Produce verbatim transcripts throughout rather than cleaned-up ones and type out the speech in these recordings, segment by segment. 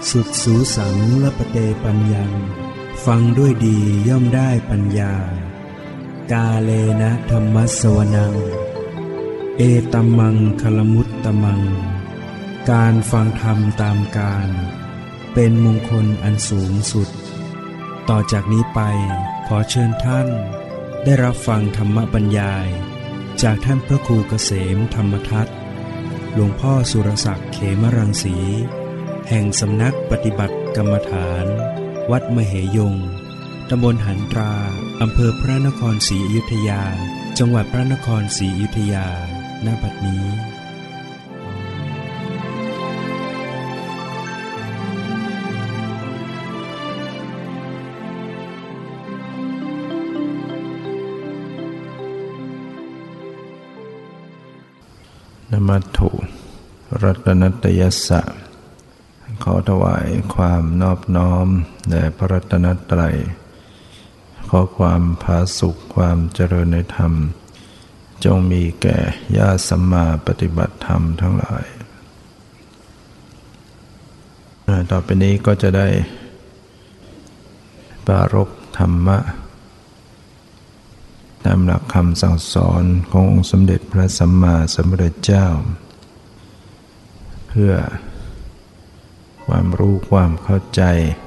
สุดสูสังละปะเตปัญญังฟังด้วยดีย่อมได้ปัญญากาเลนะธัมมัสสวนังเอตัมมังคลมุตตมังการฟังธรรมตามการเป็นมงคลอันสูงสุดต่อจากนี้ไปขอเชิญท่านได้รับฟังธรรมบรรยายจากท่านพระครูเกษมธรรมทัศน์หลวงพ่อสุรศักดิ์เขมรังสีแห่งสำนักปฏิบัติกรรมฐานวัดมเหยงตำบลหันตราอำเภอพระนครศรีอยุธยาจังหวัดพระนครศรีอยุธยาณ บัดนี้นมัตถุรัตนัตยัสสะขอถวายความนอบน้อมแด่พระรัตนตรัยขอความผาสุกความเจริญในธรรมจงมีแก่ญาติสัมมาปฏิบัติธรรมทั้งหลายต่อไปนี้ก็จะได้ปรารภธรรมะตามหลักคำสั่งสอนขององค์สมเด็จพระสัมมาสัมพุทธเจ้าเพื่อความรู้ความเข้าใจ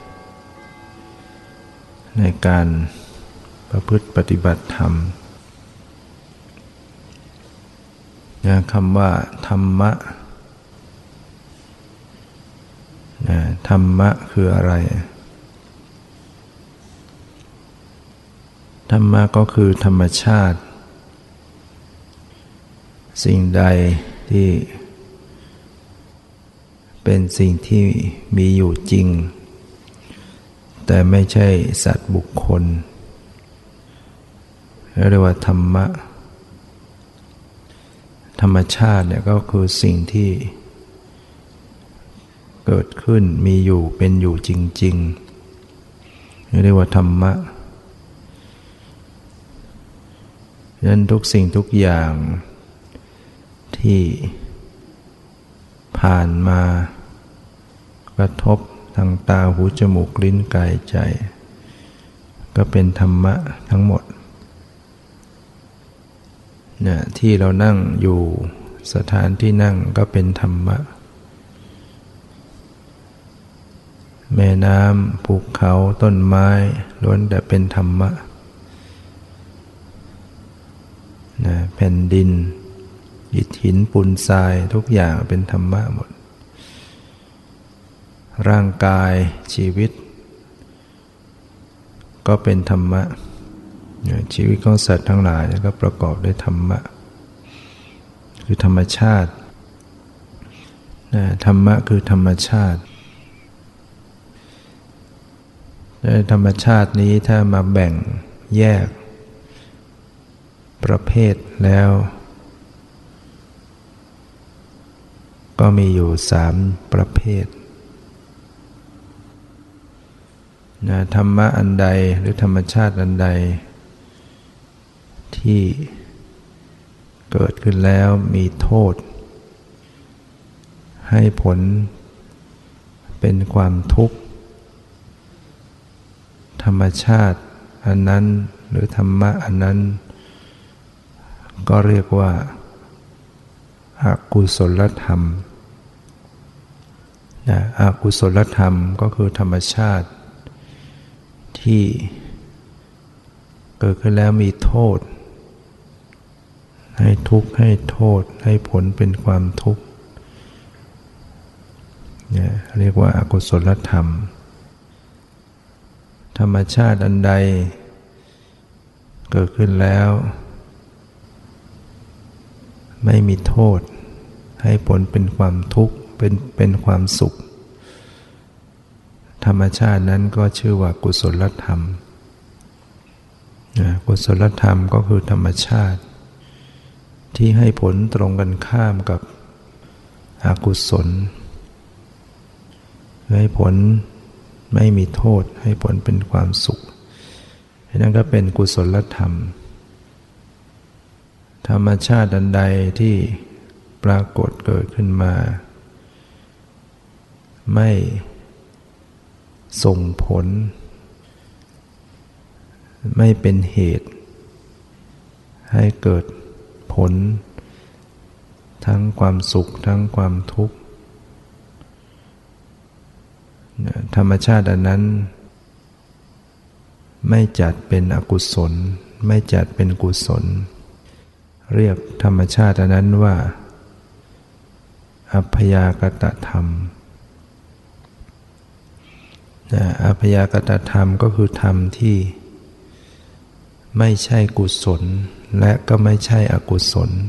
ในการประพฤติปฏิบัติธรรมนะคำว่าธรรมะนะธรรมะคืออะไรธรรมะก็คือธรรมชาติสิ่งใดที่เป็นสิ่งที่มีอยู่จริงแต่ไม่ใช่สัตว์บุคคลเรียกว่าธรรมะธรรมชาติเนี่ยก็คือสิ่งที่เกิดขึ้นมีอยู่เป็นอยู่จริงๆเรียกว่าธรรมะฉะนั้นทุกสิ่งทุกอย่างที่ผ่านมากระทบทางตาหูจมูกลิ้นกายใจก็เป็นธรรมะทั้งหมดเนี่ยที่เรานั่งอยู่สถานที่นั่งก็เป็นธรรมะแม่น้ำภูเขาต้นไม้ล้วนแต่เป็นธรรมะนะแผ่นดินอิฐหินปูนทรายทุกอย่างเป็นธรรมะหมดร่างกายชีวิตก็เป็นธรรมะชีวิตของสัตว์ทั้งหลายก็ประกอบด้วยธรรมะคือธรรมชาติธรรมะคือธรรมชาติในธรรมชาตินี้ถ้ามาแบ่งแยกประเภทแล้วก็มีอยู่สามประเภทนะธรรมะอันใดหรือธรรมชาติอันใดที่เกิดขึ้นแล้วมีโทษให้ผลเป็นความทุกข์ธรรมชาติอันนั้นหรือธรรมะอันนั้นก็เรียกว่าอกุศลธรรมนะอกุศลธรรมก็คือธรรมชาติที่เกิดขึ้นแล้วมีโทษให้ทุกข์ให้โทษให้ผลเป็นความทุกข์เนี่ยเรียกว่าอกุศลธรรมธรรมชาติอันใดเกิดขึ้นแล้วไม่มีโทษให้ผลเป็นความทุกข์เป็นเป็นความสุขธรรมชาตินั้นก็ชื่อว่ากุศลธรรมกุศลธรรมก็คือธรรมชาติที่ให้ผลตรงกันข้ามกับอกุศลให้ผลไม่มีโทษให้ผลเป็นความสุขนั่นก็เป็นกุศลธรรมธรรมชาติอันใดที่ปรากฏเกิดขึ้นมาไม่ส่งผลไม่เป็นเหตุให้เกิดผลทั้งความสุขทั้งความทุกข์ธรรมชาติอันนั้นไม่จัดเป็นอกุศลไม่จัดเป็นกุศลเรียกธรรมชาติอันนั้นว่าอัพยากตธรรมอัพยากตธรรมก็คือธรรมที่ไม่ใช่กุศลและก็ไม่ใช่อกุศล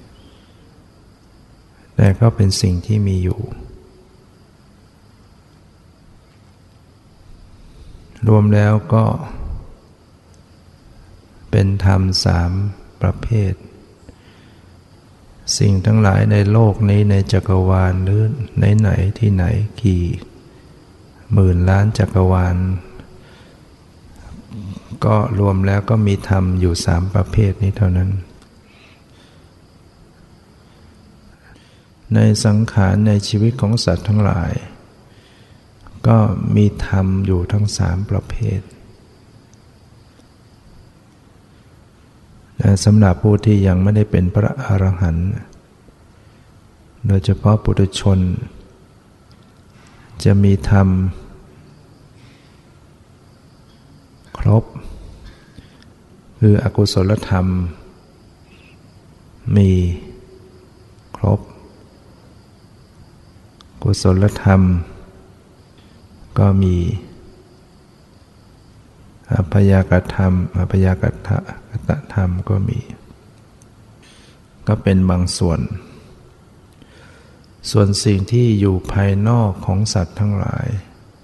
แต่ก็เป็นสิ่งที่มีอยู่รวมแล้วก็เป็นธรรมสามประเภทสิ่งทั้งหลายในโลกนี้ในจักรวาลหรือไหนๆที่ไหนกี่หมื่นล้านจักรวาลก็รวมแล้วก็มีธรรมอยู่สามประเภทนี้เท่านั้นในสังขารในชีวิตของสัตว์ทั้งหลายก็มีธรรมอยู่ทั้งสามประเภทสำหรับผู้ที่ยังไม่ได้เป็นพระอรหันต์โดยเฉพาะปุถุชนจะมีธรรมครบคืออกุศลธรรมมีครบกุศลธรรมก็มีอัพยากตธรรมอัพยากตธรรมก็มีก็เป็นบางส่วนส่วนสิ่งที่อยู่ภายนอกของสัตว์ทั้งหลาย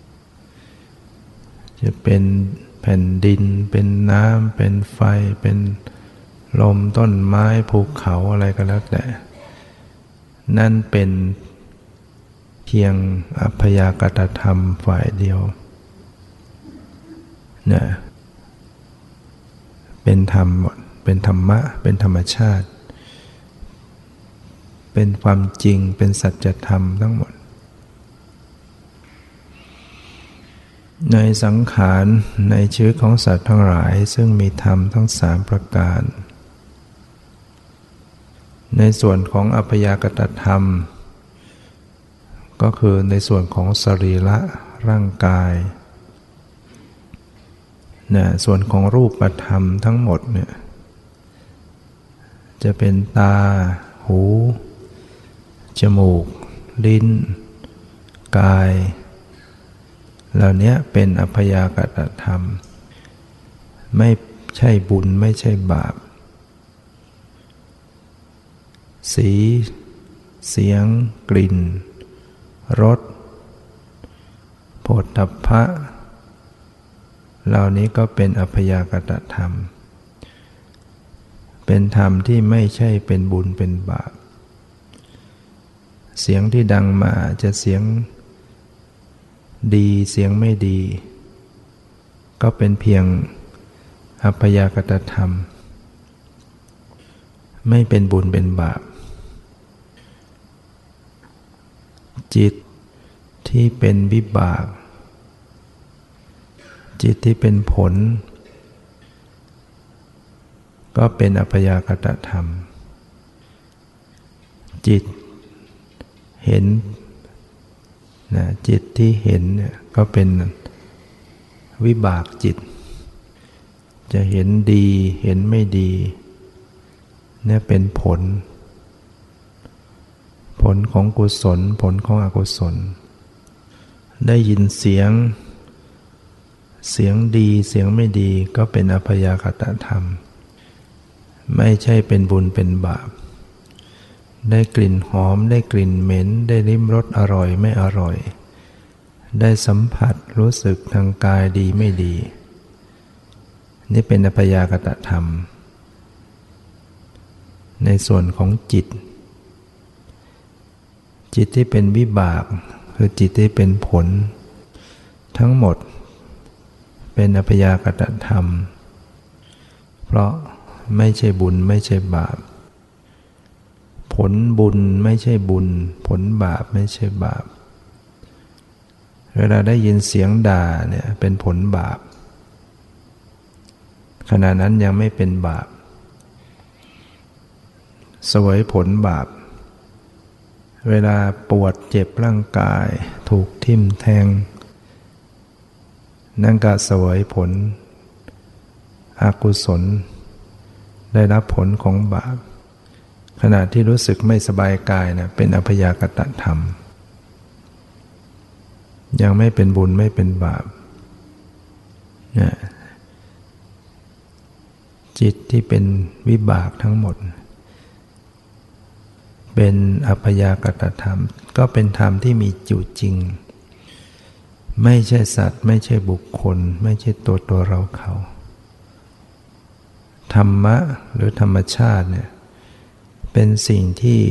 จะเป็นแผ่นดินเป็นน้ำเป็นไฟเป็นลมต้นไม้ภูเขาอะไรก็แล้วแต่นั่นเป็นเพียงอัพยากตธรรมฝ่ายเดียวเนี่ยเป็นธรรมหมดเป็นธรรมะเป็นธรรมชาติเป็นความจริงเป็นสัจธรรมทั้งหมดในสังขารในชีวิตของสัตว์ทั้งหลายซึ่งมีธรรมทั้งสามประการในส่วนของอัพยากตธรรมก็คือในส่วนของสรีระร่างกายเนี่ยส่วนของรูปธรรมทั้งหมดเนี่ยจะเป็นตาหูจมูกลิ้นกายเหล่านี้เป็นอัพยากตธรรมไม่ใช่บุญไม่ใช่บาปสีเสียงกลิ่นรสโผฏฐัพพะเหล่านี้ก็เป็นอัพยากตธรรมเป็นธรรมที่ไม่ใช่เป็นบุญเป็นบาปเสียงที่ดังมาจะเสียงดีเสียงไม่ดีก็เป็นเพียงอัพยากตธรรมไม่เป็นบุญเป็นบาปจิตที่เป็นวิบากจิตที่เป็นผลก็เป็นอัพยากตธรรมจิตเห็นนะจิตที่เห็นเนี่ยก็เป็นวิบากจิตจะเห็นดีเห็นไม่ดีเนี่ยเป็นผลผลของกุศลผลของอกุศลได้ยินเสียงเสียงดีเสียงไม่ดีก็เป็นอัพยากตธรรมไม่ใช่เป็นบุญเป็นบาปได้กลิ่นหอมได้กลิ่นเหม็นได้ลิ้มรสอร่อยไม่อร่อยได้สัมผัสรู้สึกทางกายดีไม่ดีนี่เป็นอัพยากตธรรมในส่วนของจิตจิตที่เป็นวิบากคือจิตที่เป็นผลทั้งหมดเป็นอัพยากตธรรมเพราะไม่ใช่บุญไม่ใช่บาปผลบุญไม่ใช่บุญผลบาปไม่ใช่บาปเวลาได้ยินเสียงด่าเนี่ยเป็นผลบาปขณะนั้นยังไม่เป็นบาปเสวยผลบาปเวลาปวดเจ็บร่างกายถูกทิ่มแทงนั่นก็เสวยผลอกุศลได้รับผลของบาปขณะที่รู้สึกไม่สบายกายนะเป็นอพยากตธรรมยังไม่เป็นบุญไม่เป็นบาปนะจิตที่เป็นวิบากทั้งหมดเป็นอพยากตธรรมก็เป็นธรรมที่มีอยู่จริงไม่ใช่สัตว์ไม่ใช่บุคคลไม่ใช่ตัวตัวเราเขาธรรมะหรือธรรมชาติเนี่ยเป็นสิ่งที่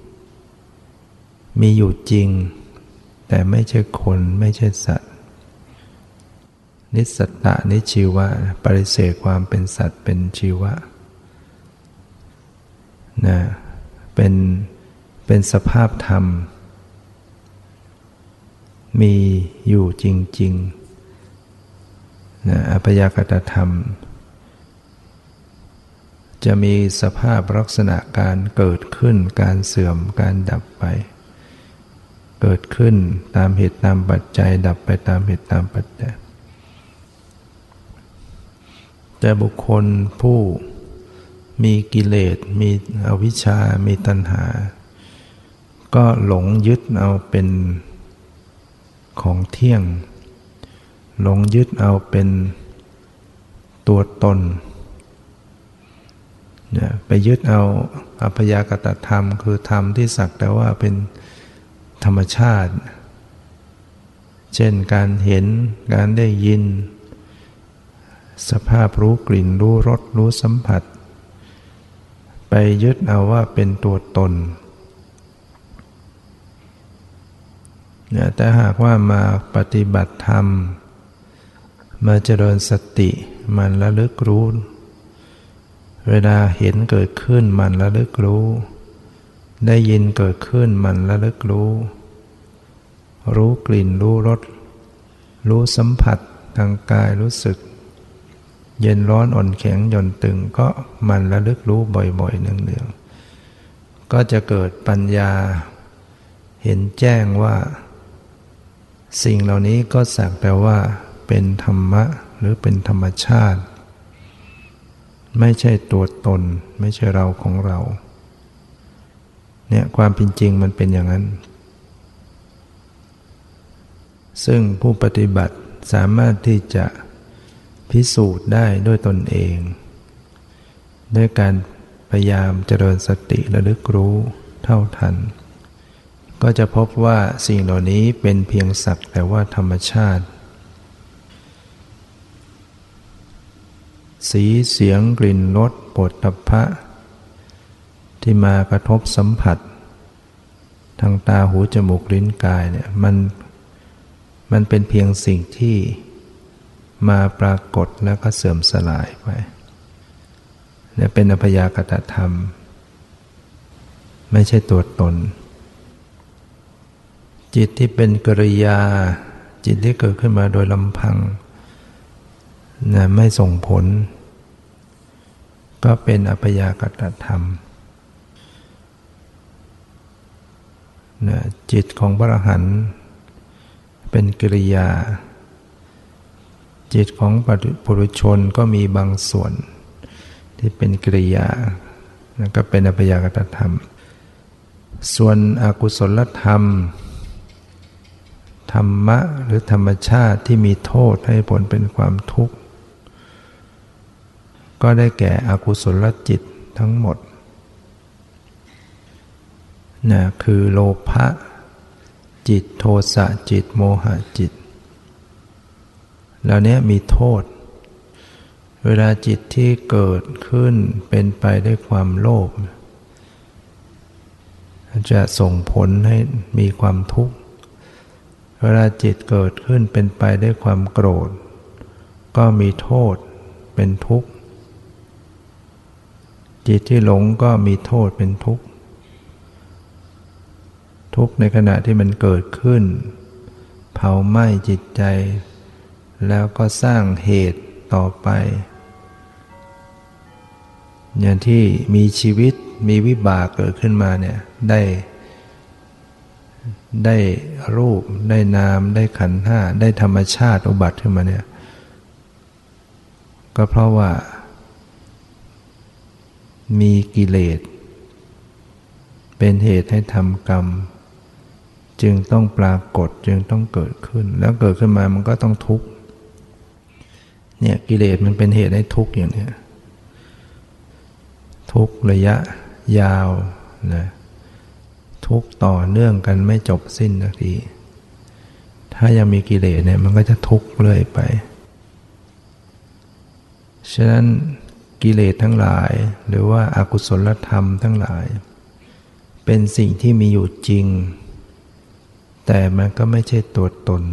มีอยู่จริงแต่ไม่ใช่คนไม่ใช่สัตว์นิสัตตะนิชีวะปฏิเสธความเป็นสัตว์เป็นชีวะนะเป็นเป็นสภาพธรรมมีอยู่จริงๆนะอพยากตธรรมจะมีสภาพลักษณะการเกิดขึ้นการเสื่อมการดับไปเกิดขึ้นตามเหตุตามปัจจัยดับไปตามเหตุตามปัจจัยแต่บุคคลผู้มีกิเลสมีอวิชชามีตัณหาก็หลงยึดเอาเป็นของเที่ยงหลงยึดเอาเป็นตัวตนเนี่ยไปยึดเอาอพยากตธรรมคือธรรมที่สักแต่ว่าเป็นธรรมชาติเช่นการเห็นการได้ยินสภาพรู้กลิ่นรู้รสรู้สัมผัสไปยึดเอาว่าเป็นตัวตนเนี่ยแต่หากว่ามาปฏิบัติธรรมมาเจริญสติมันระลึกรู้เวลาเห็นเกิดขึ้นมันระลึกรู้ได้ยินเกิดขึ้นมันระลึกรู้รู้กลิ่นรู้รสรู้สัมผัสทางกายรู้สึกเย็นร้อนอ่อนแข็งหย่อนตึงก็มันระลึกรู้บ่อยๆเนืองๆก็จะเกิดปัญญาเห็นแจ้งว่าสิ่งเหล่านี้ก็สักแต่ว่าเป็นธรรมะหรือเป็นธรรมชาติไม่ใช่ตัวตนไม่ใช่เราของเราเนี่ยความเป็นจริงมันเป็นอย่างนั้นซึ่งผู้ปฏิบัติสามารถที่จะพิสูจน์ได้ด้วยตนเองด้วยการพยายามเจริญสติระลึกรู้เท่าทันก็จะพบว่าสิ่งเหล่านี้เป็นเพียงสักแต่ว่าธรรมชาติสีเสียงกลิ่นรสโผฏฐัพพะที่มากระทบสัมผัสทางตาหูจมูกลิ้นกายเนี่ยมันมันเป็นเพียงสิ่งที่มาปรากฏแล้วก็เสื่อมสลายไปเนี่ยเป็นอพยากตธรรมไม่ใช่ตัวตนจิตที่เป็นกิริยาจิตที่เกิดขึ้นมาโดยลำพังนะไม่ส่งผลก็เป็นอพยากตธรรมนะจิตของพระอรหันต์เป็นกิริยาจิตของปุถุชนก็มีบางส่วนที่เป็นกิริยานะก็เป็นอพยากตธรรมส่วนอกุศลธรรมธรรมะหรือธรรมชาติที่มีโทษให้ผลเป็นความทุกข์ก็ได้แก่อกุศลจิตทั้งหมดนะคือโลภะจิตโทสะจิตโมหะจิตเหล่านี้มีโทษเวลาจิตที่เกิดขึ้นเป็นไปด้วยความโลภจะส่งผลให้มีความทุกข์เวลาจิตเกิดขึ้นเป็นไปด้วยความโกรธก็มีโทษเป็นทุกข์จิตที่หลงก็มีโทษเป็นทุกข์ทุกข์ในขณะที่มันเกิดขึ้นเผาไหม้จิตใจแล้วก็สร้างเหตุต่อไปอย่างที่มีชีวิตมีวิบากเกิดขึ้นมาเนี่ยได้ได้รูปได้นามได้ขันธ์ห้าได้ธรรมชาติอุบัติขึ้นมาเนี่ยก็เพราะว่ามีกิเลสเป็นเหตุให้ทำกรรมจึงต้องปรากฏจึงต้องเกิดขึ้นแล้วเกิดขึ้นมามันก็ต้องทุกข์เนี่ยกิเลสมันเป็นเหตุให้ทุกข์อย่างนี้ทุกข์ระยะยาวนะทุกข์ต่อเนื่องกันไม่จบสิ้นสักทีถ้ายังมีกิเลสเนี่ยมันก็จะทุกข์เรื่อยไปฉะนั้นกิเลสทั้งหลายหรือว่าอกุศลธรรมทั้งหลายเป็นสิ่งที่มีอยู่จริงแต่มันก็ไม่ใช่ตัวตน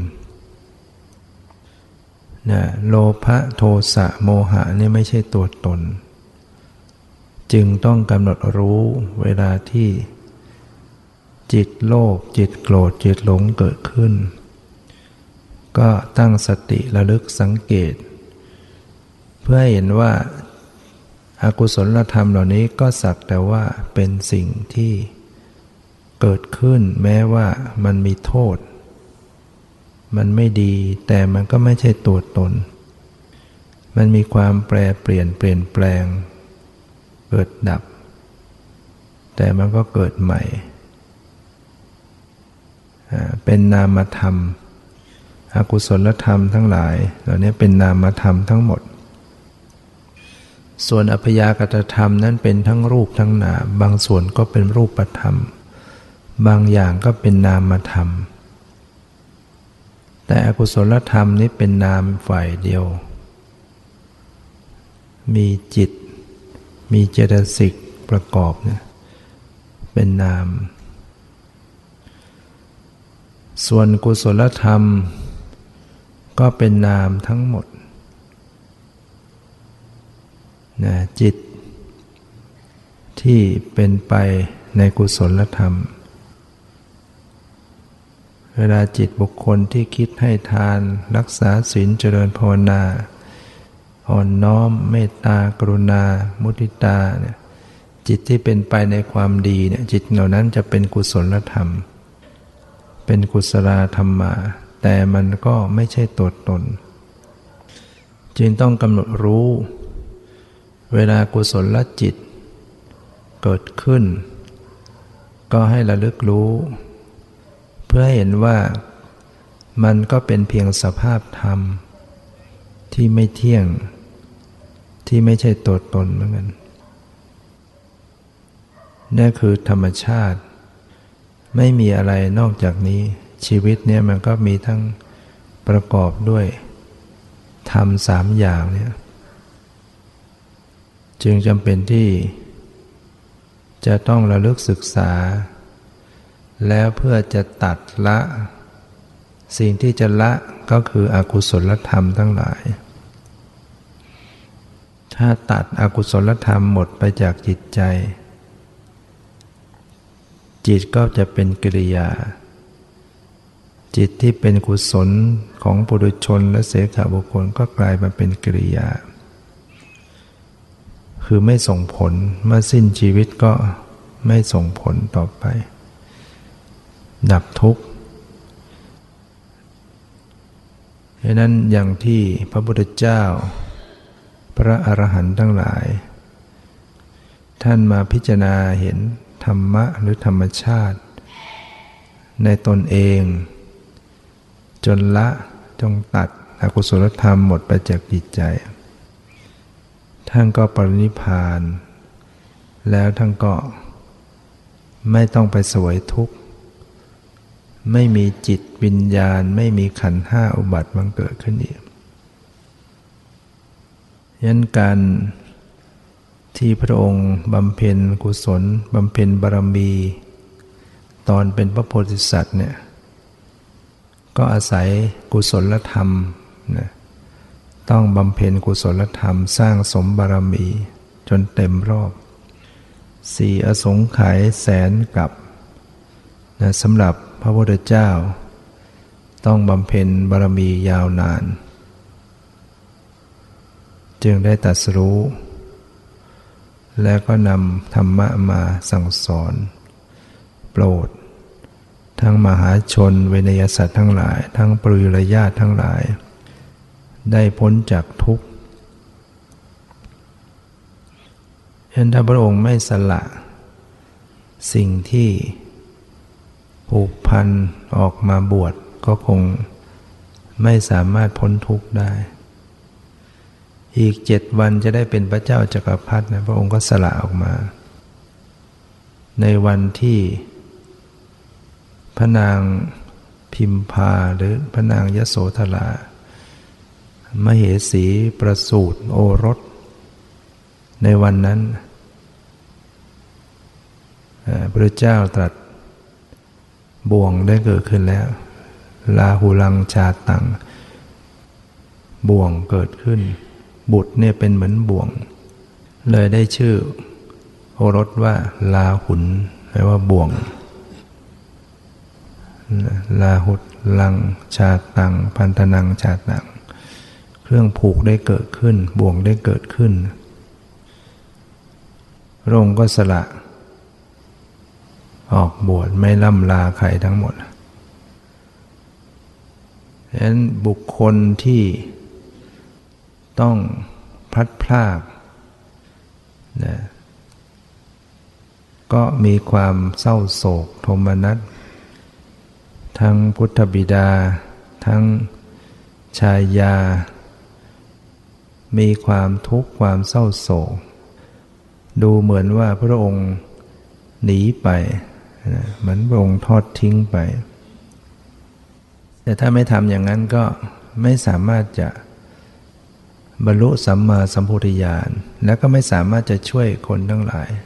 นะโลภะโทสะโมหะนี่ไม่ใช่ตัวตนจึงต้องกำหนดรู้เวลาที่จิตโลภจิตโกรธจิตหลงเกิดขึ้นก็ตั้งสติระลึกสังเกตเพื่อให้เห็นว่าอกุศลธรรมเหล่านี้ก็สักแต่ว่าเป็นสิ่งที่เกิดขึ้นแม้ว่ามันมีโทษมันไม่ดีแต่มันก็ไม่ใช่ตัวตนมันมีความแปรเปลี่ยนเปลี่ยนแปลงเกิดดับแต่มันก็เกิดใหม่เป็นนามธรรมอกุศลธรรมทั้งหลายเหล่านี้เป็นนามธรรมทั้งหมดส่วนอัพยากตธรรมนั้นเป็นทั้งรูปทั้งนามบางส่วนก็เป็นรูปธรรมบางอย่างก็เป็นนามธรรมแต่อกุศลธรรมนี้เป็นนามฝ่ายเดียวมีจิตมีเจตสิกประกอบเนี่ยเป็นนามส่วนกุศลธรรมก็เป็นนามทั้งหมดนะจิตที่เป็นไปในกุศลธรรมเวลาจิตบุคคลที่คิดให้ทานรักษาศีลเจริญภาวนาอ่อนน้อมเมตตากรุณามุทิตาเนี่ยจิตที่เป็นไปในความดีเนี่ยจิตเหล่านั้นจะเป็นกุศลธรรมเป็นกุศลธรรมาแต่มันก็ไม่ใช่ตัวตนจึงต้องกำหนดรู้เวลากุศลจิตเกิดขึ้นก็ให้ระลึกรู้เพื่อให้เห็นว่ามันก็เป็นเพียงสภาพธรรมที่ไม่เที่ยงที่ไม่ใช่ตัวตนเหมือนกันนี่คือธรรมชาติไม่มีอะไรนอกจากนี้ชีวิตเนี่ยมันก็มีทั้งประกอบด้วยธรรมสามอย่างเนี่ยจึงจำเป็นที่จะต้องระลึกศึกษาแล้วเพื่อจะตัดละสิ่งที่จะละก็คืออกุศลธรรมทั้งหลายถ้าตัดอกุศลธรรมหมดไปจากจิตใจจิตก็จะเป็นกิริยาจิตที่เป็นกุศลของปุถุชนและเสขบุคคลก็กลายมาเป็นกิริยาคือไม่ส่งผลเมื่อสิ้นชีวิตก็ไม่ส่งผลต่อไปดับทุกข์ดังนั้นอย่างที่พระพุทธเจ้าพระอรหันต์ทั้งหลายท่านมาพิจารณาเห็นธรรมะหรือธรรมชาติในตนเองจนละจงตัดอกุศลธรรมหมดไปจากจิตใจท่านก็ปรินิพพานแล้วท่านก็ไม่ต้องไปเสวยทุกข์ไม่มีจิตวิญญาณไม่มีขันธ์ห้าอุบัติบังเกิดขึ้นอีกยันการที่พระองค์บำเพ็ญกุศลบำเพ็ญบารมีตอนเป็นพระโพธิสัตว์เนี่ยก็อาศัยกุศลธรรมนะต้องบำเพ็ญกุศลธรรมสร้างสมบารมีจนเต็มรอบสี่อสงไขยแสนกับนะสำหรับพระพุทธเจ้าต้องบำเพ็ญบารมียาวนานจึงได้ตรัสรู้และก็นำธรรมะมาสั่งสอนโปรดทั้งมหาชนเวนยสัตว์ทั้งหลายทั้งปริยญาติทั้งหลายได้พ้นจากทุกข์ฉะนั้นถ้าพระองค์ไม่สละสิ่งที่ผูกพันออกมาบวชก็คงไม่สามารถพ้นทุกข์ได้อีกเจ็ดวันจะได้เป็นพระเจ้าจักรพรรดินะพระองค์ก็สละออกมาในวันที่พระนางพิมพาหรือพระนางยโสธรามเหสีประสูติโอรสในวันนั้นพระเจ้าตรัสบ่วงได้เกิดขึ้นแล้วลาหุลังชาตังบ่วงเกิดขึ้นบุตรเนี่ยเป็นเหมือนบ่วงเลยได้ชื่อโอรสว่าลาหุนแปลว่าบ่วงลาหุลังชาตังพันธนังชาตังเครื่องผูกได้เกิดขึ้นบ่วงได้เกิดขึ้นพระองค์ก็สละออกบวชไม่ล่ำลาใครทั้งหมดฉะนั้นบุคคลที่ต้องพลัดพรากนะก็มีความเศร้าโศกโทมนัสทั้งพุทธบิดาทั้งชายามีความทุกข์ความเศร้าโศกดูเหมือนว่าพระองค์หนีไปเหมือนพระองค์ทอดทิ้งไปแต่ถ้าไม่ทำอย่างนั้นก็ไม่สามารถจะบรรลุสัมมาสัมโพธิญาณและก็ไม่สามารถจะช่วยคนทั้งหลาย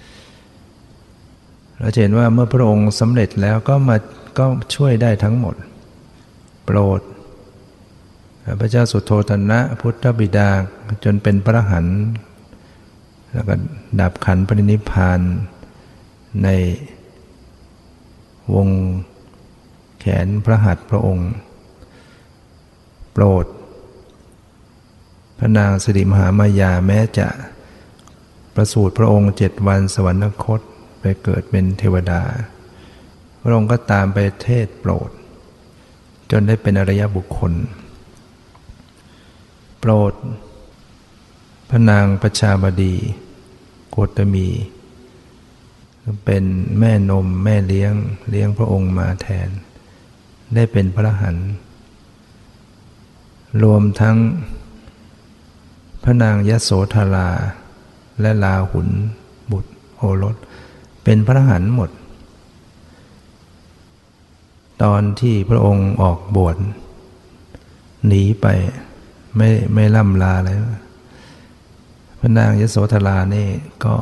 เราเห็นว่าเมื่อพระองค์สำเร็จแล้วก็มาก็ช่วยได้ทั้งหมดโปรดพระเจ้าสุโธทนะพุทธบิดาจนเป็นพระอรหันต์แล้วก็ดับขันธ์ปรินิพพานในวงแขนพระหัตถ์พระองค์โปรดพระนางสิริมหามายาแม้จะประสูติพระองค์เจ็ดวันสวรรคตไปเกิดเป็นเทวดาพระองค์ก็ตามไปเทศโปรดจนได้เป็นอริยบุคคลโปรดพระนางประชาบดีโคตมีเป็นแม่นมแม่เลี้ยงเลี้ยงพระองค์มาแทนได้เป็นพระอรหันต์รวมทั้งพระนางยโสธราและลาหุนบุตรโอรสเป็นพระอรหันต์หมดตอนที่พระองค์ออกบวชหนีไปไม่ไม่ล่ำลาเลยพระนางยโสธรานี่ก็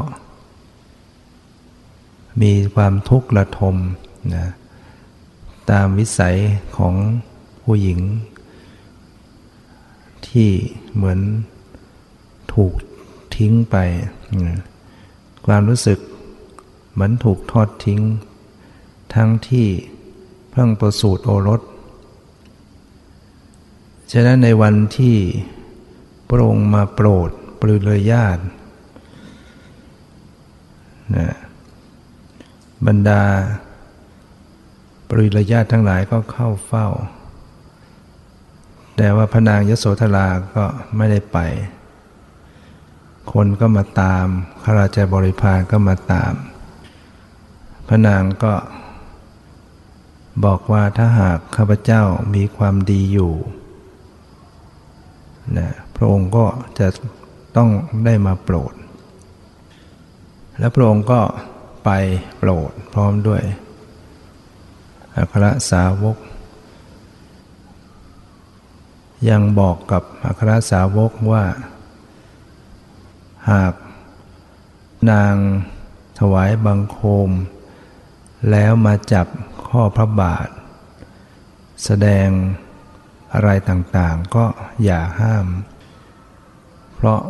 มีความทุกข์ระทมนะตามวิสัยของผู้หญิงที่เหมือนถูกทิ้งไปความรู้สึกเหมือนถูกทอดทิ้งทั้งที่เพิ่งประสูติโอรสฉะนั้นในวันที่พระองค์มาโปรดปริยญาตินะบรรดาปริยญาติทั้งหลายก็เข้าเฝ้าแต่ว่าพระนางยโสธราก็ไม่ได้ไปคนก็มาตามข้าราชบริพารก็มาตามพระนางก็บอกว่าถ้าหากข้าพเจ้ามีความดีอยู่นะพระองค์ก็จะต้องได้มาโปรดและพระองค์ก็ไปโปรดพร้อมด้วยอัครสาวกยังบอกกับอัครสาวกว่าหากนางถวายบังคมแล้วมาจับข้อพระบาทแสดงอะไรต่างๆก็อย่าห้ามเพราะ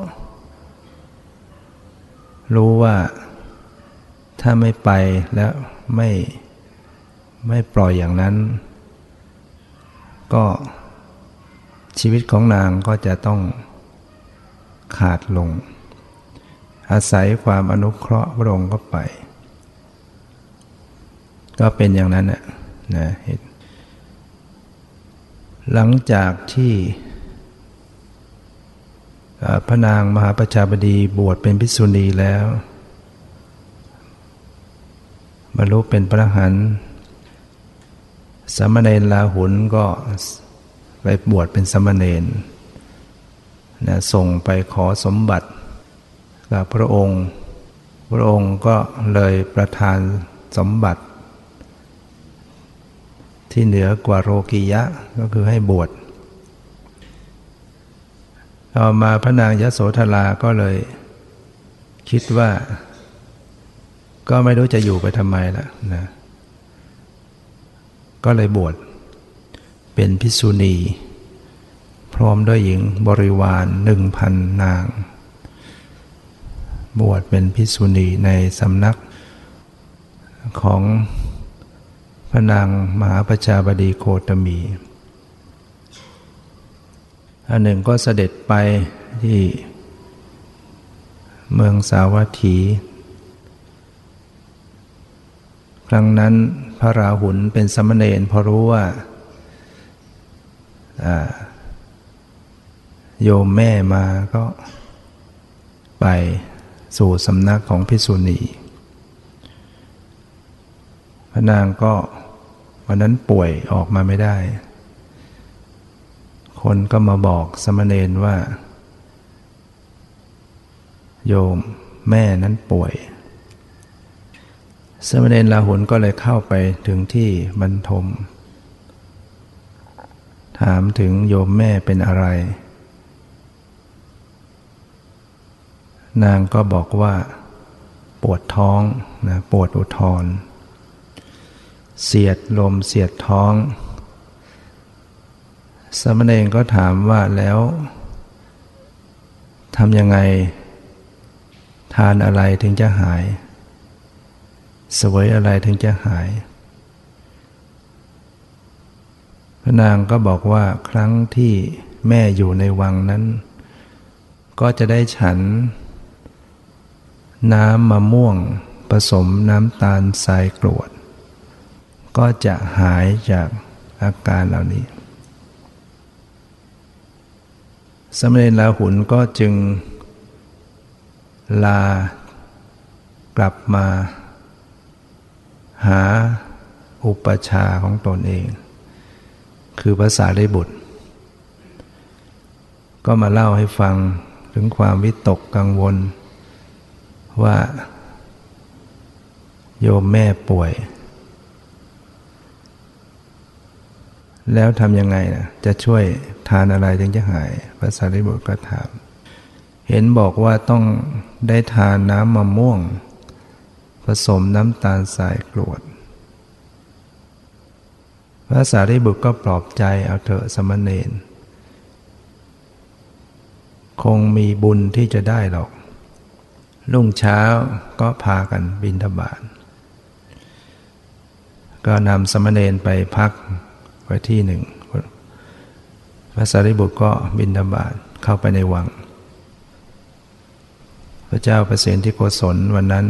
รู้ว่าถ้าไม่ไปแล้วไม่ไม่ปล่อยอย่างนั้นก็ชีวิตของนางก็จะต้องขาดลงอาศัยความอนุเคราะห์พระองค์ก็ไปก็เป็นอย่างนั้นนะนะหลังจากที่พระนางมหาประชาบดีบวชเป็นภิกษุณีแล้วบรรลุเป็นพระอรหันต์สามเณรลาหุลก็ไปบวชเป็นสามเณรนะส่งไปขอสมบัติกับพระองค์พระองค์ก็เลยประทานสมบัติที่เหนือกว่าโลกียะก็คือให้บวชต่อมาพระนางยโสธราก็เลยคิดว่าก็ไม่รู้จะอยู่ไปทำไมล่ะนะก็เลยบวชเป็นภิกษุณีพร้อมด้วยหญิงบริวารหนึ่งพันนางบวชเป็นภิกษุณีในสำนักของพระนางมหาประชาบดีโคตมีอันหนึ่งก็เสด็จไปที่เมืองสาวัตถีครั้งนั้นพระราหุลเป็นสามเณรพอรู้ว่าโยมแม่มาก็ไปสู่สำนักของภิกษุณีพระนางก็วันนั้นป่วยออกมาไม่ได้คนก็มาบอกสามเณรว่าโยมแม่นั้นป่วยสามเณรราหุลก็เลยเข้าไปถึงที่บรรทมถามถึงโยมแม่เป็นอะไรนางก็บอกว่าปวดท้องนะปวดอุทธรเสียดลมเสียดท้องสามเณรก็ถามว่าแล้วทำยังไงทานอะไรถึงจะหายเสวยอะไรถึงจะหายพระนางก็บอกว่าครั้งที่แม่อยู่ในวังนั้นก็จะได้ฉันน้ำมะม่วงผสมน้ำตาลทรายกรวดก็จะหายจากอาการเหล่านี้สามเณรราหุลก็จึงลากลับมาหาอุปชาของตนเองคือพระสารีบุตรก็มาเล่าให้ฟังถึงความวิตกกังวลว่าโยมแม่ป่วยแล้วทำยังไงนะจะช่วยทานอะไรถึงจะหายพระสารีบุตรก็ถามเห็นบอกว่าต้องได้ทานน้ำมะม่วงผสมน้ำตาลทรายกรวดพระสารีบุตรก็ปลอบใจเอาเถอะสามเณรคงมีบุญที่จะได้หรอกรุ่งเช้าก็พากันบิณฑบาตก็นำสามเณรไปพักไว้ที่หนึ่งพระสารีบุตรก็บิณฑบาตเข้าไปในวังพระเจ้าประสิทธิโกศลวันนั้น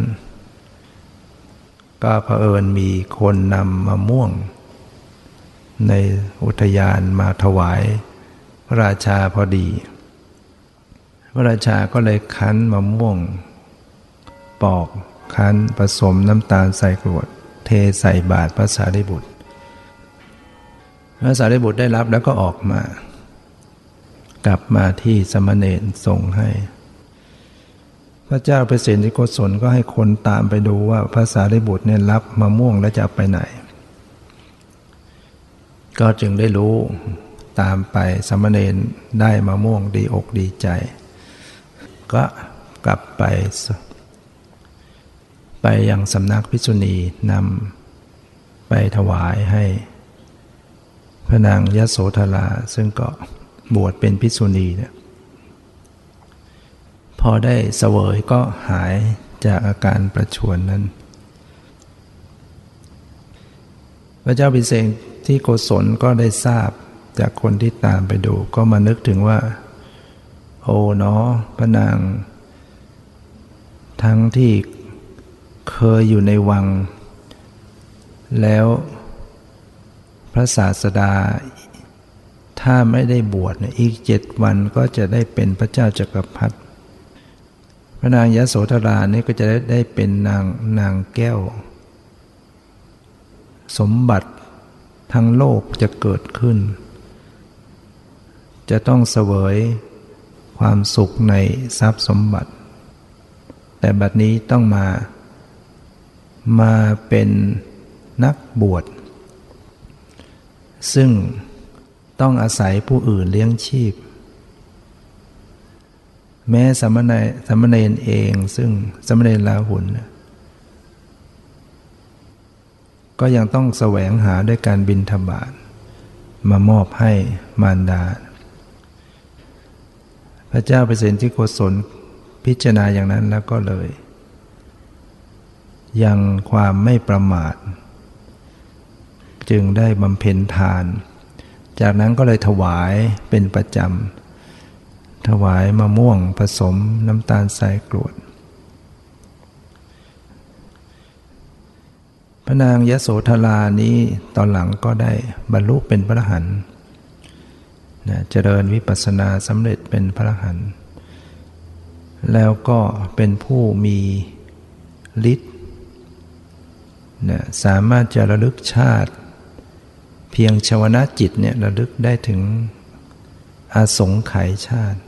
ก็เผอิญมีคนนำมะม่วงในอุทยานมาถวายพระราชาพอดีพระราชาก็เลยคั้นมะม่วงปอกคั้นผสมน้ำตาลใส่กรวดเทใส่บาตรพระสารีบุตรพระสารีบุตรได้รับแล้วก็ออกมากลับมาที่สามเณรส่งให้พระเจ้าประสิทธิโกศลก็ให้คนตามไปดูว่าพระสารีบุตรเนี่ยรับมะม่วงแล้วจะไปไหนก็จึงได้รู้ตามไปสามเณรได้มะม่วงดีอกดีใจก็กลับไปไปยังสำนักภิกษุณีนำไปถวายให้พระนางยโสธราซึ่งก็บวชเป็นภิกษุณีเนี่ยพอได้เสวยก็หายจากอาการประชวรนั้นพระเจ้าพิเศษที่โกศลก็ได้ทราบจากคนที่ตามไปดูก็มานึกถึงว่าโอ้เนาะพระนางทั้งที่เคยอยู่ในวังแล้วพระศาสดาถ้าไม่ได้บวชเนี่ยอีกเจ็ดวันก็จะได้เป็นพระเจ้าจักรพรรดิพระนางยโสธรานี่ก็จะได้ได้เป็นนางนางแก้วสมบัติทั้งโลกจะเกิดขึ้นจะต้องเสวยความสุขในทรัพย์สมบัติแต่บัดนี้ต้องมามาเป็นนักบวชซึ่งต้องอาศัยผู้อื่นเลี้ยงชีพแม้สามเณรสามเณรเองซึ่งสามเณรราหุลก็ยังต้องแสวงหาด้วยการบิณฑบาตมามอบให้มารดาพระเจ้าเปรตที่โกศลพิจารณาอย่างนั้นแล้วก็เลยยังความไม่ประมาทจึงได้บำเพ็ญทานจากนั้นก็เลยถวายเป็นประจำถวายมะม่วงผสมน้ำตาลทรายกรวดพระนางยโสธรานี้ตอนหลังก็ได้บรรลุเป็นพระอรหันต์นะเจริญวิปัสสนาสำเร็จเป็นพระอรหันต์แล้วก็เป็นผู้มีฤทธิ์นะสามารถจะระลึกชาติเพียงชวนะจิตเนี่ยระลึกได้ถึงอาสงไขยชาติ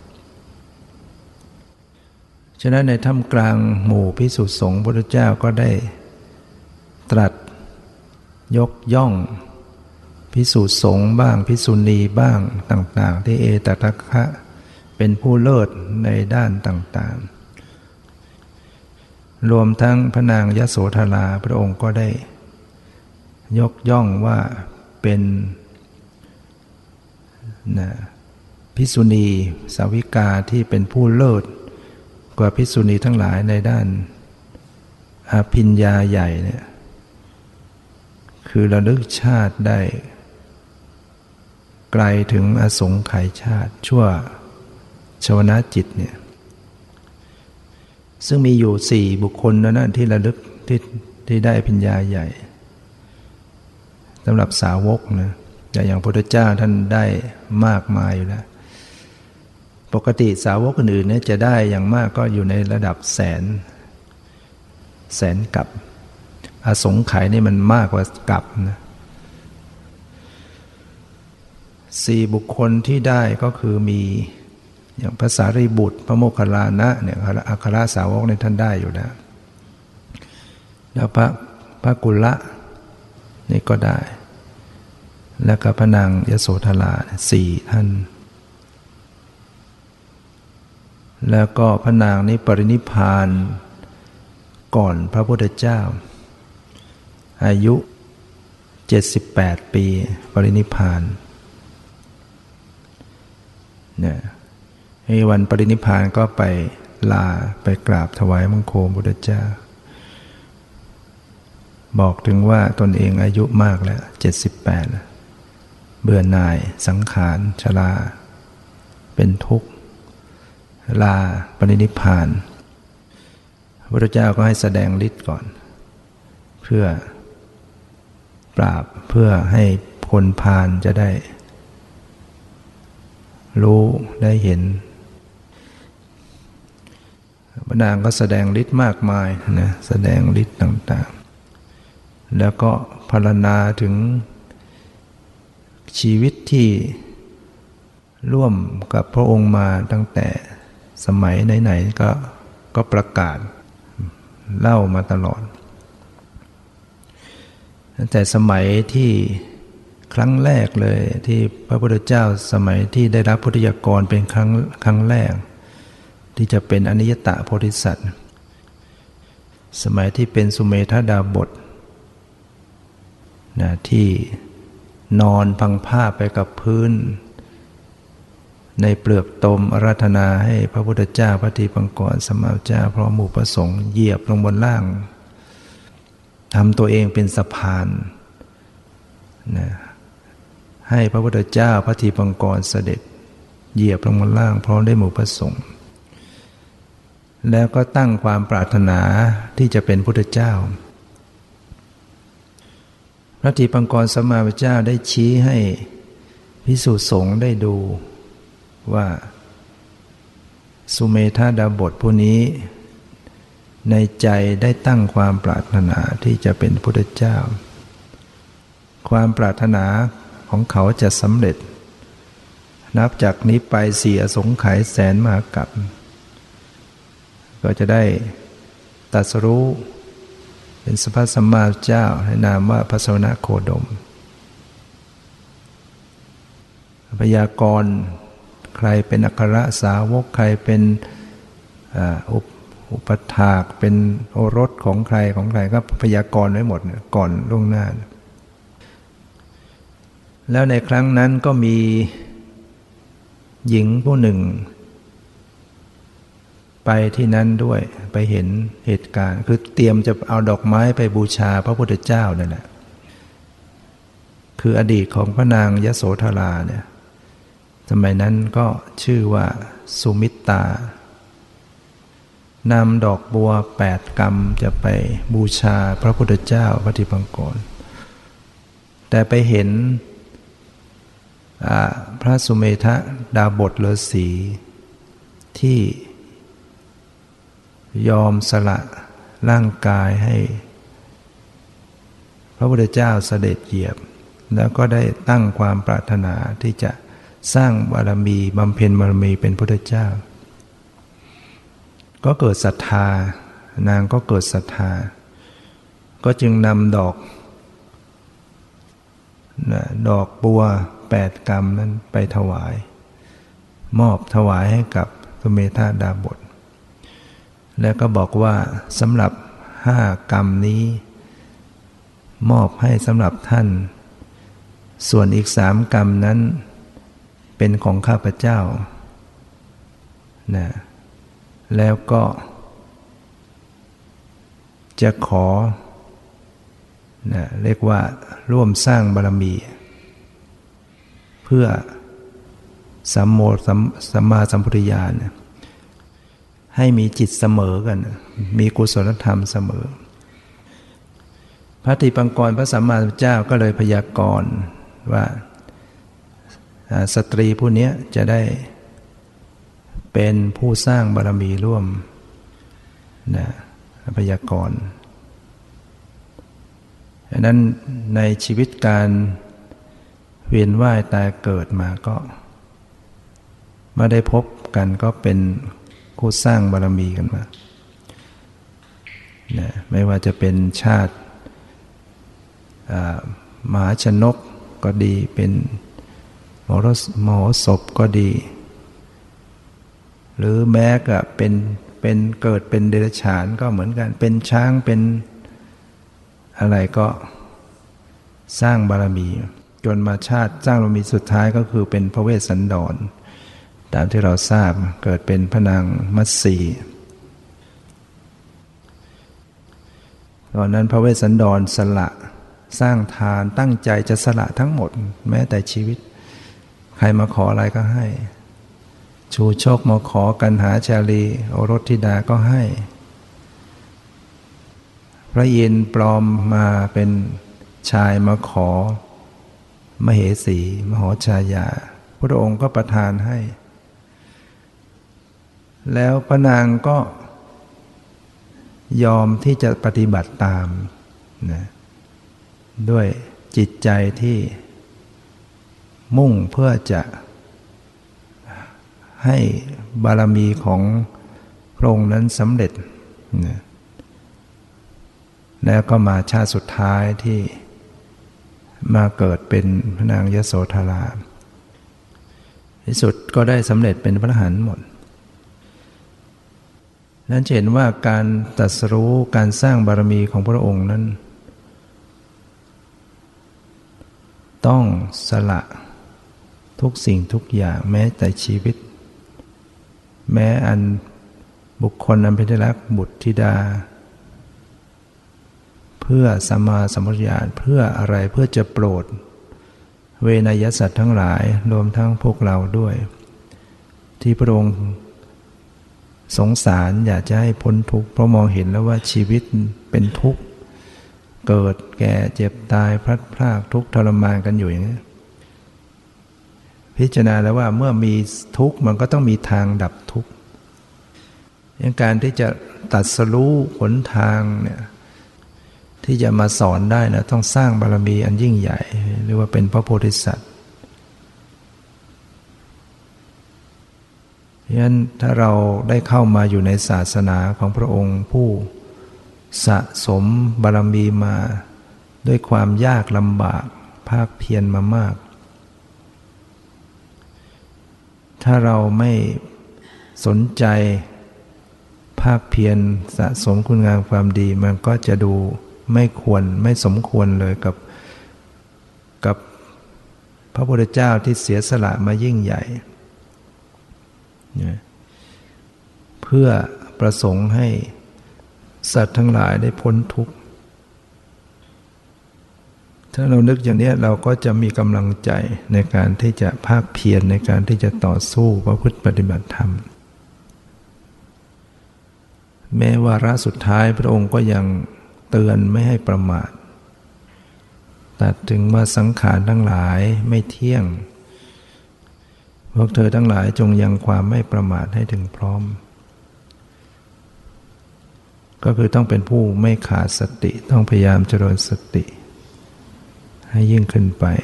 ฉะนั้นในท่ามกลางหมู่ภิกษุสงฆ์พระพุทธเจ้าก็ได้ตรัสยกย่องภิกษุสงฆ์บ้างภิกษุณีบ้างต่างๆที่เอตทัคคะเป็นผู้เลิศในด้านต่างๆรวมทั้งพระนางยโสธราพระองค์ก็ได้ยกย่องว่าเป็นนะภิกษุณีสาวิกาที่เป็นผู้เลิศกว่าภิกษุณีทั้งหลายในด้านอภิญญาใหญ่เนี่ยคือระลึกชาติได้ไกลถึงอสงไขยชาติชั่วชวนะจิตเนี่ยซึ่งมีอยู่สี่บุคคลนั้นที่ระลึกที่ที่ได้อภิญญาใหญ่สำหรับสาวกนะอย่างพระพุทธเจ้าท่านได้มากมายอยู่แล้วปกติสาวกอื่นๆเนี่ยจะได้อย่างมากก็อยู่ในระดับแสนแสนกับอสงไขยนี่มันมากกว่ากับนะสี่บุคคลที่ได้ก็คือมีอย่างพระสารีบุตรพระโมคคัลลานะเนี่ยอัครสาวกในท่านได้อยู่แล้วแล้วพระพระกุลละนี่ก็ได้แล้วก็พระนางยโสธราสี่ท่านแล้วก็พระนางนี้ปรินิพพานก่อนพระพุทธเจ้าอายุเจ็ดสิบแปดปีปรินิพพานเนี่ยในวันปรินิพพานก็ไปลาไปกราบถวายบังคมพระพุทธเจ้าบอกถึงว่าตนเองอายุมากแล้วเจ็ดสิบแปดเบื่อหน่ายสังขารชราเป็นทุกข์ลาปรินิพพานพระพุทธเจ้าก็ให้แสดงฤทธิ์ก่อนเพื่อปราบเพื่อให้คนพาลจะได้รู้ได้เห็นพระนางก็แสดงฤทธิ์มากมายนะแสดงฤทธิ์ต่างๆแล้วก็พรรณนาถึงชีวิตที่ร่วมกับพระองค์มาตั้งแต่สมัยไหนๆก็ก็ประกาศเล่ามาตลอดตั้งแต่สมัยที่ครั้งแรกเลยที่พระพุทธเจ้าสมัยที่ได้รับพุทธยากรเป็นครั้งครั้งแรกที่จะเป็นอนิยตโพธิสัตว์สมัยที่เป็นสุเมธดาบทนะที่นอนพังผ้าไปกับพื้นในเปลือกตมอาราธนาให้พระพุทธเจ้าพระทีปังกรสัมมาสัมพุทธเจ้าพร้อมหมู่พระสงฆ์เหยียบลงบนล่างทำตัวเองเป็นสะพานนะให้พระพุทธเจ้าพระทีปังกรเสด็จเหยียบลงมาล่างพร้อมด้วยหมู่พระสงฆ์แล้วก็ตั้งความปรารถนาที่จะเป็นพุทธเจ้าพระทีปังกรสัมมาสัมพุทธเจ้าได้ชี้ให้ภิกษุสงฆ์ได้ดูว่าสุเมธาดาบทผู้นี้ในใจได้ตั้งความปรารถนาที่จะเป็นพุทธเจ้าความปรารถนาของเขาจะสำเร็จนับจากนี้ไปสี่อสงไขยแสนมหากัปก็จะได้ตรัสรู้เป็นสัพพะสัมมาสัมพุทธเจ้าในนามว่าพระสวนะโคดมพยากรณ์ใครเป็นอัครสาวกใครเป็นอุปถากเป็นโอรสของใครของใครก็พยากรณ์ไว้หมดก่อนล่วงหน้าแล้วในครั้งนั้นก็มีหญิงผู้หนึ่งไปที่นั้นด้วยไปเห็นเหตุการณ์คือเตรียมจะเอาดอกไม้ไปบูชาพระพุทธเจ้านั่นแหละคืออดีตของพระนางยโสธราเนี่ยสมัยนั้นก็ชื่อว่าสุมิตตานำดอกบัวแปดกำจะไปบูชาพระพุทธเจ้าพระทีปังกรแต่ไปเห็นพระสุเมธะดาบทฤาษีที่ยอมสละร่างกายให้พระพุทธเจ้าเสด็จเหยียบแล้วก็ได้ตั้งความปรารถนาที่จะสร้างบารมีบำเพ็ญบารมีเป็นพุทธเจ้าก็เกิดศรัทธานางก็เกิดศรัทธาก็จึงนำดอกดอกบัวแปดกำนั้นไปถวายมอบถวายให้กับสุเมธาดาบทแล้วก็บอกว่าสำหรับห้ากรรมนี้มอบให้สำหรับท่านส่วนอีกสามกรรมนั้นเป็นของข้าพเจ้านะแล้วก็จะขอนะเรียกว่าร่วมสร้างบารมีเพื่อสัมโมสัมมาสัมพุทธญาณให้มีจิตเสมอกันมีกุศลธรรมเสมอพระทีปังกรพระสัมมาสัมพุทธเจ้าก็เลยพยากรณ์ว่าสตรีผู้นี้จะได้เป็นผู้สร้างบารมีร่วมนะพยากรณ์ดังนั้นในชีวิตการเวียนว่ายตายเกิดมาก็เมื่อได้พบกันก็เป็นผู้สร้างบารมีกันมานะไม่ว่าจะเป็นชาติมหาชนกก็ดีเป็นมโหสมโหสพก็ดีหรือแม้ก็เป็นเป็นเกิดเป็นเดรัจฉานก็เหมือนกันเป็นช้างเป็นอะไรก็สร้างบารมีจนมาชาติสร้างบารมีสุดท้ายก็คือเป็นพระเวสสันดรตามที่เราทราบเกิดเป็นพระนางมัตสีตอนนั้นพระเวสสันดรสละสร้างทานตั้งใจจะสละทั้งหมดแม้แต่ชีวิตใครมาขออะไรก็ให้ชูโชคมาขอกันหาชาลีโอรสธิดาก็ให้พระอินทร์ปลอมมาเป็นชายมาขอมเหสีมโหชายาพระองค์ก็ประทานให้แล้วพระนางก็ยอมที่จะปฏิบัติตามนะด้วยจิตใจที่มุ่งเพื่อจะให้บารมีของพระองค์นั้นสำเร็จนะแล้วก็มาชาติสุดท้ายที่มาเกิดเป็นพระนางยโสธราที่สุดก็ได้สำเร็จเป็นพระอรหันต์หมดนั้นเห็นว่าการตรัสรู้การสร้างบารมีของพระองค์นั้นต้องสละทุกสิ่งทุกอย่างแม้แต่ชีวิตแม้อันบุคคลอันเป็นที่รักบุตรธิดาเพื่อสัมมาสัมพุทธญาณเพื่ออะไรเพื่อจะโปรดเวนยสัตว์ทั้งหลายรวมทั้งพวกเราด้วยที่พระองค์สงสารอยากจะให้พ้นทุกข์เพราะมองเห็นแล้วว่าชีวิตเป็นทุกข์เกิดแก่เจ็บตายพลัดพรากทุกข์ทรมานกันอยู่อย่างนี้พิจารณาแล้วว่าเมื่อมีทุกข์มันก็ต้องมีทางดับทุกข์อย่างการที่จะตรัสรู้หนทางเนี่ยที่จะมาสอนได้นะต้องสร้างบารมีอันยิ่งใหญ่เรียกว่าเป็นพระโพธิสัตว์เพราะฉะนั้นถ้าเราได้เข้ามาอยู่ในศาสนาของพระองค์ผู้สะสมบารมีมาด้วยความยากลำบากภาคเพียรมามากถ้าเราไม่สนใจภาคเพียรสะสมคุณงามความดีมันก็จะดูไม่ควรไม่สมควรเลยกับกับพระพุทธเจ้าที่เสียสละมายิ่งใหญ่เพื่อประสงค์ให้สัตว์ทั้งหลายได้พ้นทุกข์ถ้าเรานึกอย่างนี้เราก็จะมีกำลังใจในการที่จะภาคเพียรในการที่จะต่อสู้ประพฤติปฏิบัติธรรมแม้วาระสุดท้ายพระองค์ก็ยังเตือนไม่ให้ประมาทตรัสถึงว่าสังขารทั้งหลายไม่เที่ยงพวกเธอทั้งหลายจงยังความไม่ประมาทให้ถึงพร้อมก็คือต้องเป็นผู้ไม่ขาดสติต้องพยายามเจริญสติให้ยิ่งขึ้นไป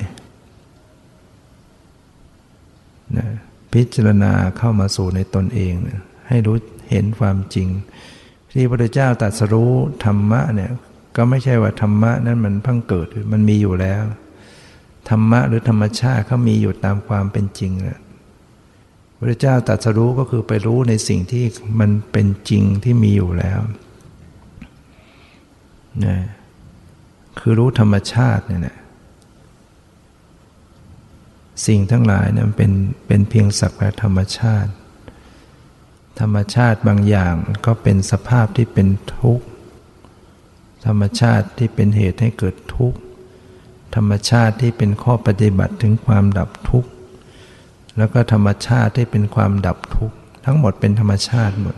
นะพิจารณาเข้ามาสู่ในตนเองนะให้รู้เห็นความจริงที่พระพุทธเจ้าตรัสรู้ธรรมะเนี่ยก็ไม่ใช่ว่าธรรมะนั้นมันเพิ่งเกิดมันมีอยู่แล้วธรรมะหรือธรรมชาติเขามีอยู่ตามความเป็นจริงนะพระพุทธเจ้าตรัสรู้ก็คือไปรู้ในสิ่งที่มันเป็นจริงที่มีอยู่แล้วนะคือรู้ธรรมชาติเนี่ยนะสิ่งทั้งหลายเนี่ยเป็นเป็นเพียงสักแต่ธรรมชาติธรรมชาติบางอย่างก็เป็นสภาพที่เป็นทุกข์ธรรมชาติที่เป็นเหตุให้เกิดทุกข์ธรรมชาติที่เป็นข้อปฏิบัติถึงความดับทุกข์แล้วก็ธรรมชาติที่เป็นความดับทุกข์ทั้งหมดเป็นธรรมชาติหมด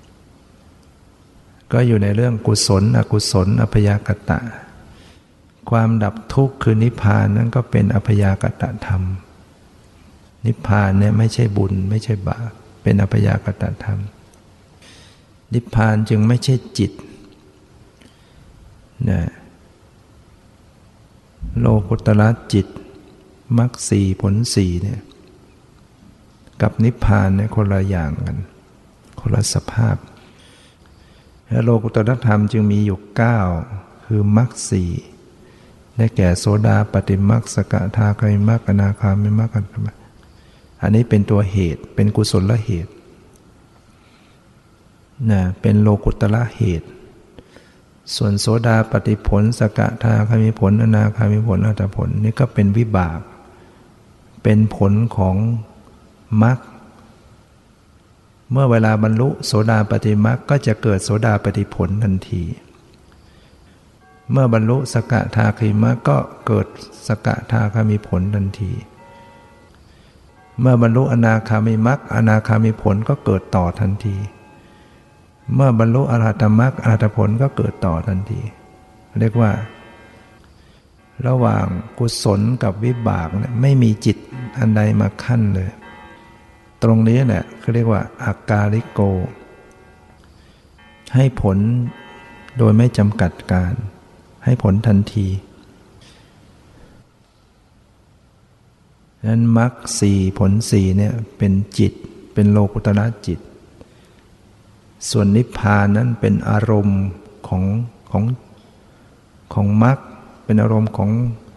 ก็อยู่ในเรื่องกุศลอกุศลอัพยากตะความดับทุกข์คือนิพพานนั่นก็เป็นอัพยากตธรรมนิพพานเนี่ยไม่ใช่บุญไม่ใช่บาปเป็นอัพยากตธรรมนิพพานจึงไม่ใช่จิตนะโลกุตระจิตมรรคสี่ผลสี่เนี่ยกับนิพพานเนี่ยคนละอย่างกันคนละสภาพและโลกุตระธรรมจึงมีอยู่เก้าคือมรรคสี่ได้แก่โสดาปัตติมรรคสกทาคามิมรรคอนาคามิมรรคอันนี้เป็นตัวเหตุเป็นกุศลเหตุนะเป็นโลกุตระเหตุส่วนโสดาปัตติผลสกทาคามิผลอนาคามิผลอรหัตผลนี่ก็เป็นวิบากเป็นผลของมรรคเมื่อเวลาบรรลุโสดาปัตติมรรคก็จะเกิดโสดาปัตติผลทันทีเมื่อบรรลุสกทาคามิมรรคก็เกิดสกทาคามิผลทันทีเมื่อบรรลุอนาคามิมรรคอนาคามิผลก็เกิดต่อทันทีเมื่อบรรลุอรหัตมรรคอรหัตผลก็เกิดต่อทันทีเรียกว่าระหว่างกุศลกับวิบากเนี่ยไม่มีจิตอันใดมาขั้นเลยตรงนี้แหละเขาเรียกว่าอากาลิโกให้ผลโดยไม่จำกัดการให้ผลทันทีนั้นมรรคสี่ผลสี่เนี่ยเป็นจิตเป็นโลกุตระจิตส่วนนิพพานนั้นเป็นอารมณ์ของของของมรรคเป็นอารมณ์ของ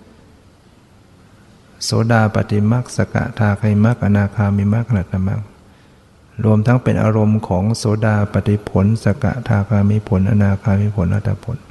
โสดาปัตติมรรคสกทาคามิมรรคอนาคามิมรรคอรหัตมรรครวมทั้งเป็นอารมณ์ของโสดาปัตติผลสกทาคามิผลอนาคามิผลอรหัตผล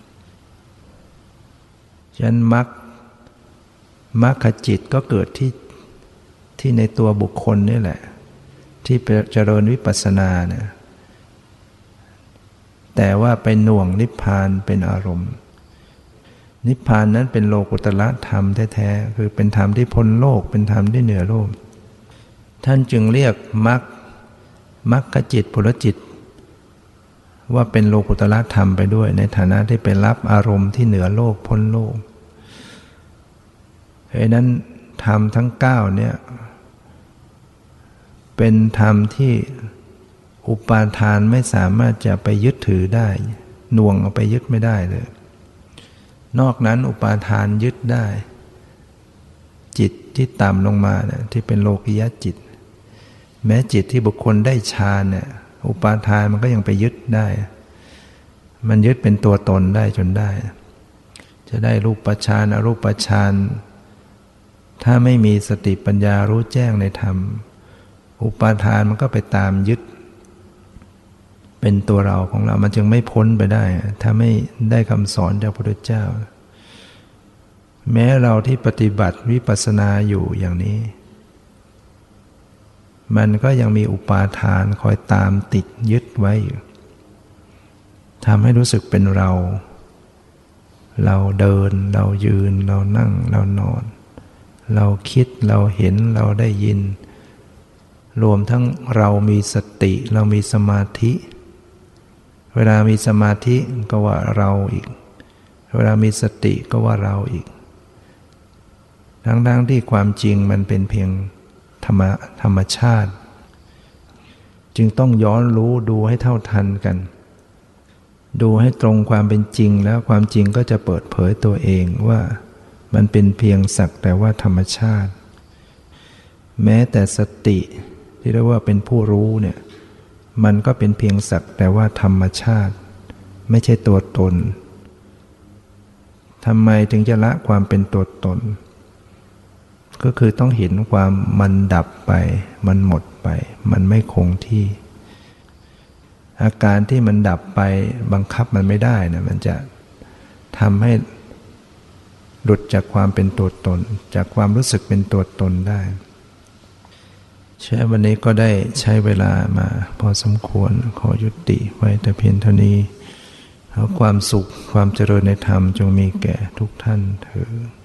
ฉะนั้นมรรคมรรคจิตก็เกิดที่ที่ในตัวบุคคลนี่แหละที่เจริญวิปัสสนาเนี่ยแต่ว่าไปหน่วงนิพพานเป็นอารมณ์นิพพานนั้นเป็นโลกุตระธรรมแท้ๆคือเป็นธรรมที่พ้นโลกเป็นธรรมที่เหนือโลกท่านจึงเรียกมรรคมรรคจิตผลจิตว่าเป็นโลกุตระธรรมไปด้วยในฐานะที่ไปรับอารมณ์ที่เหนือโลกพ้นโลกเพราะนั้นธรรมทั้งเก้าเนี่ยเป็นธรรมที่อุปาทานไม่สามารถจะไปยึดถือได้หน่วงเอาไปยึดไม่ได้เลยนอกนั้นอุปาทานยึดได้จิตที่ต่ำลงมาเนี่ยที่เป็นโลกิยจิตแม้จิตที่บุคคลได้ฌานเนี่ยอุปาทานมันก็ยังไปยึดได้มันยึดเป็นตัวตนได้จนได้จะได้รูปฌานอรูปฌานถ้าไม่มีสติปัญญารู้แจ้งในธรรมอุปาทานมันก็ไปตามยึดเป็นตัวเราของเรามันจึงไม่พ้นไปได้ถ้าไม่ได้คำสอนจากพระพุทธเจ้าแม้เราที่ปฏิบัติวิปัสสนาอยู่อย่างนี้มันก็ยังมีอุปาทานคอยตามติดยึดไว้อยู่ทำให้รู้สึกเป็นเราเราเดินเรายืนเรานั่งเรานอนเราคิดเราเห็นเราได้ยินรวมทั้งเรามีสติเรามีสมาธิเวลามีสมาธิก็ว่าเราอีกเวลามีสติก็ว่าเราอีกทั้งๆที่ความจริงมันเป็นเพียงธรรมธรรมชาติจึงต้องย้อนรู้ดูให้เท่าทันกันดูให้ตรงความเป็นจริงแล้วความจริงก็จะเปิดเผยตัวเองว่ามันเป็นเพียงสักแต่ว่าธรรมชาติแม้แต่สติที่เรียกว่าเป็นผู้รู้เนี่ยมันก็เป็นเพียงสักแต่ว่าธรรมชาติไม่ใช่ตัวตนทำไมถึงจะละความเป็นตัวตนก็คือต้องเห็นความมันดับไปมันหมดไปมันไม่คงที่อาการที่มันดับไปบังคับมันไม่ได้นะมันจะทำให้หลุดจากความเป็นตัวตนจากความรู้สึกเป็นตัวตนได้ใช่วันนี้ก็ได้ใช้เวลามาพอสมควรขอยุติไว้แต่เพียงเท่านี้ขอความสุขความเจริญในธรรมจงมีแก่ทุกท่านเถิด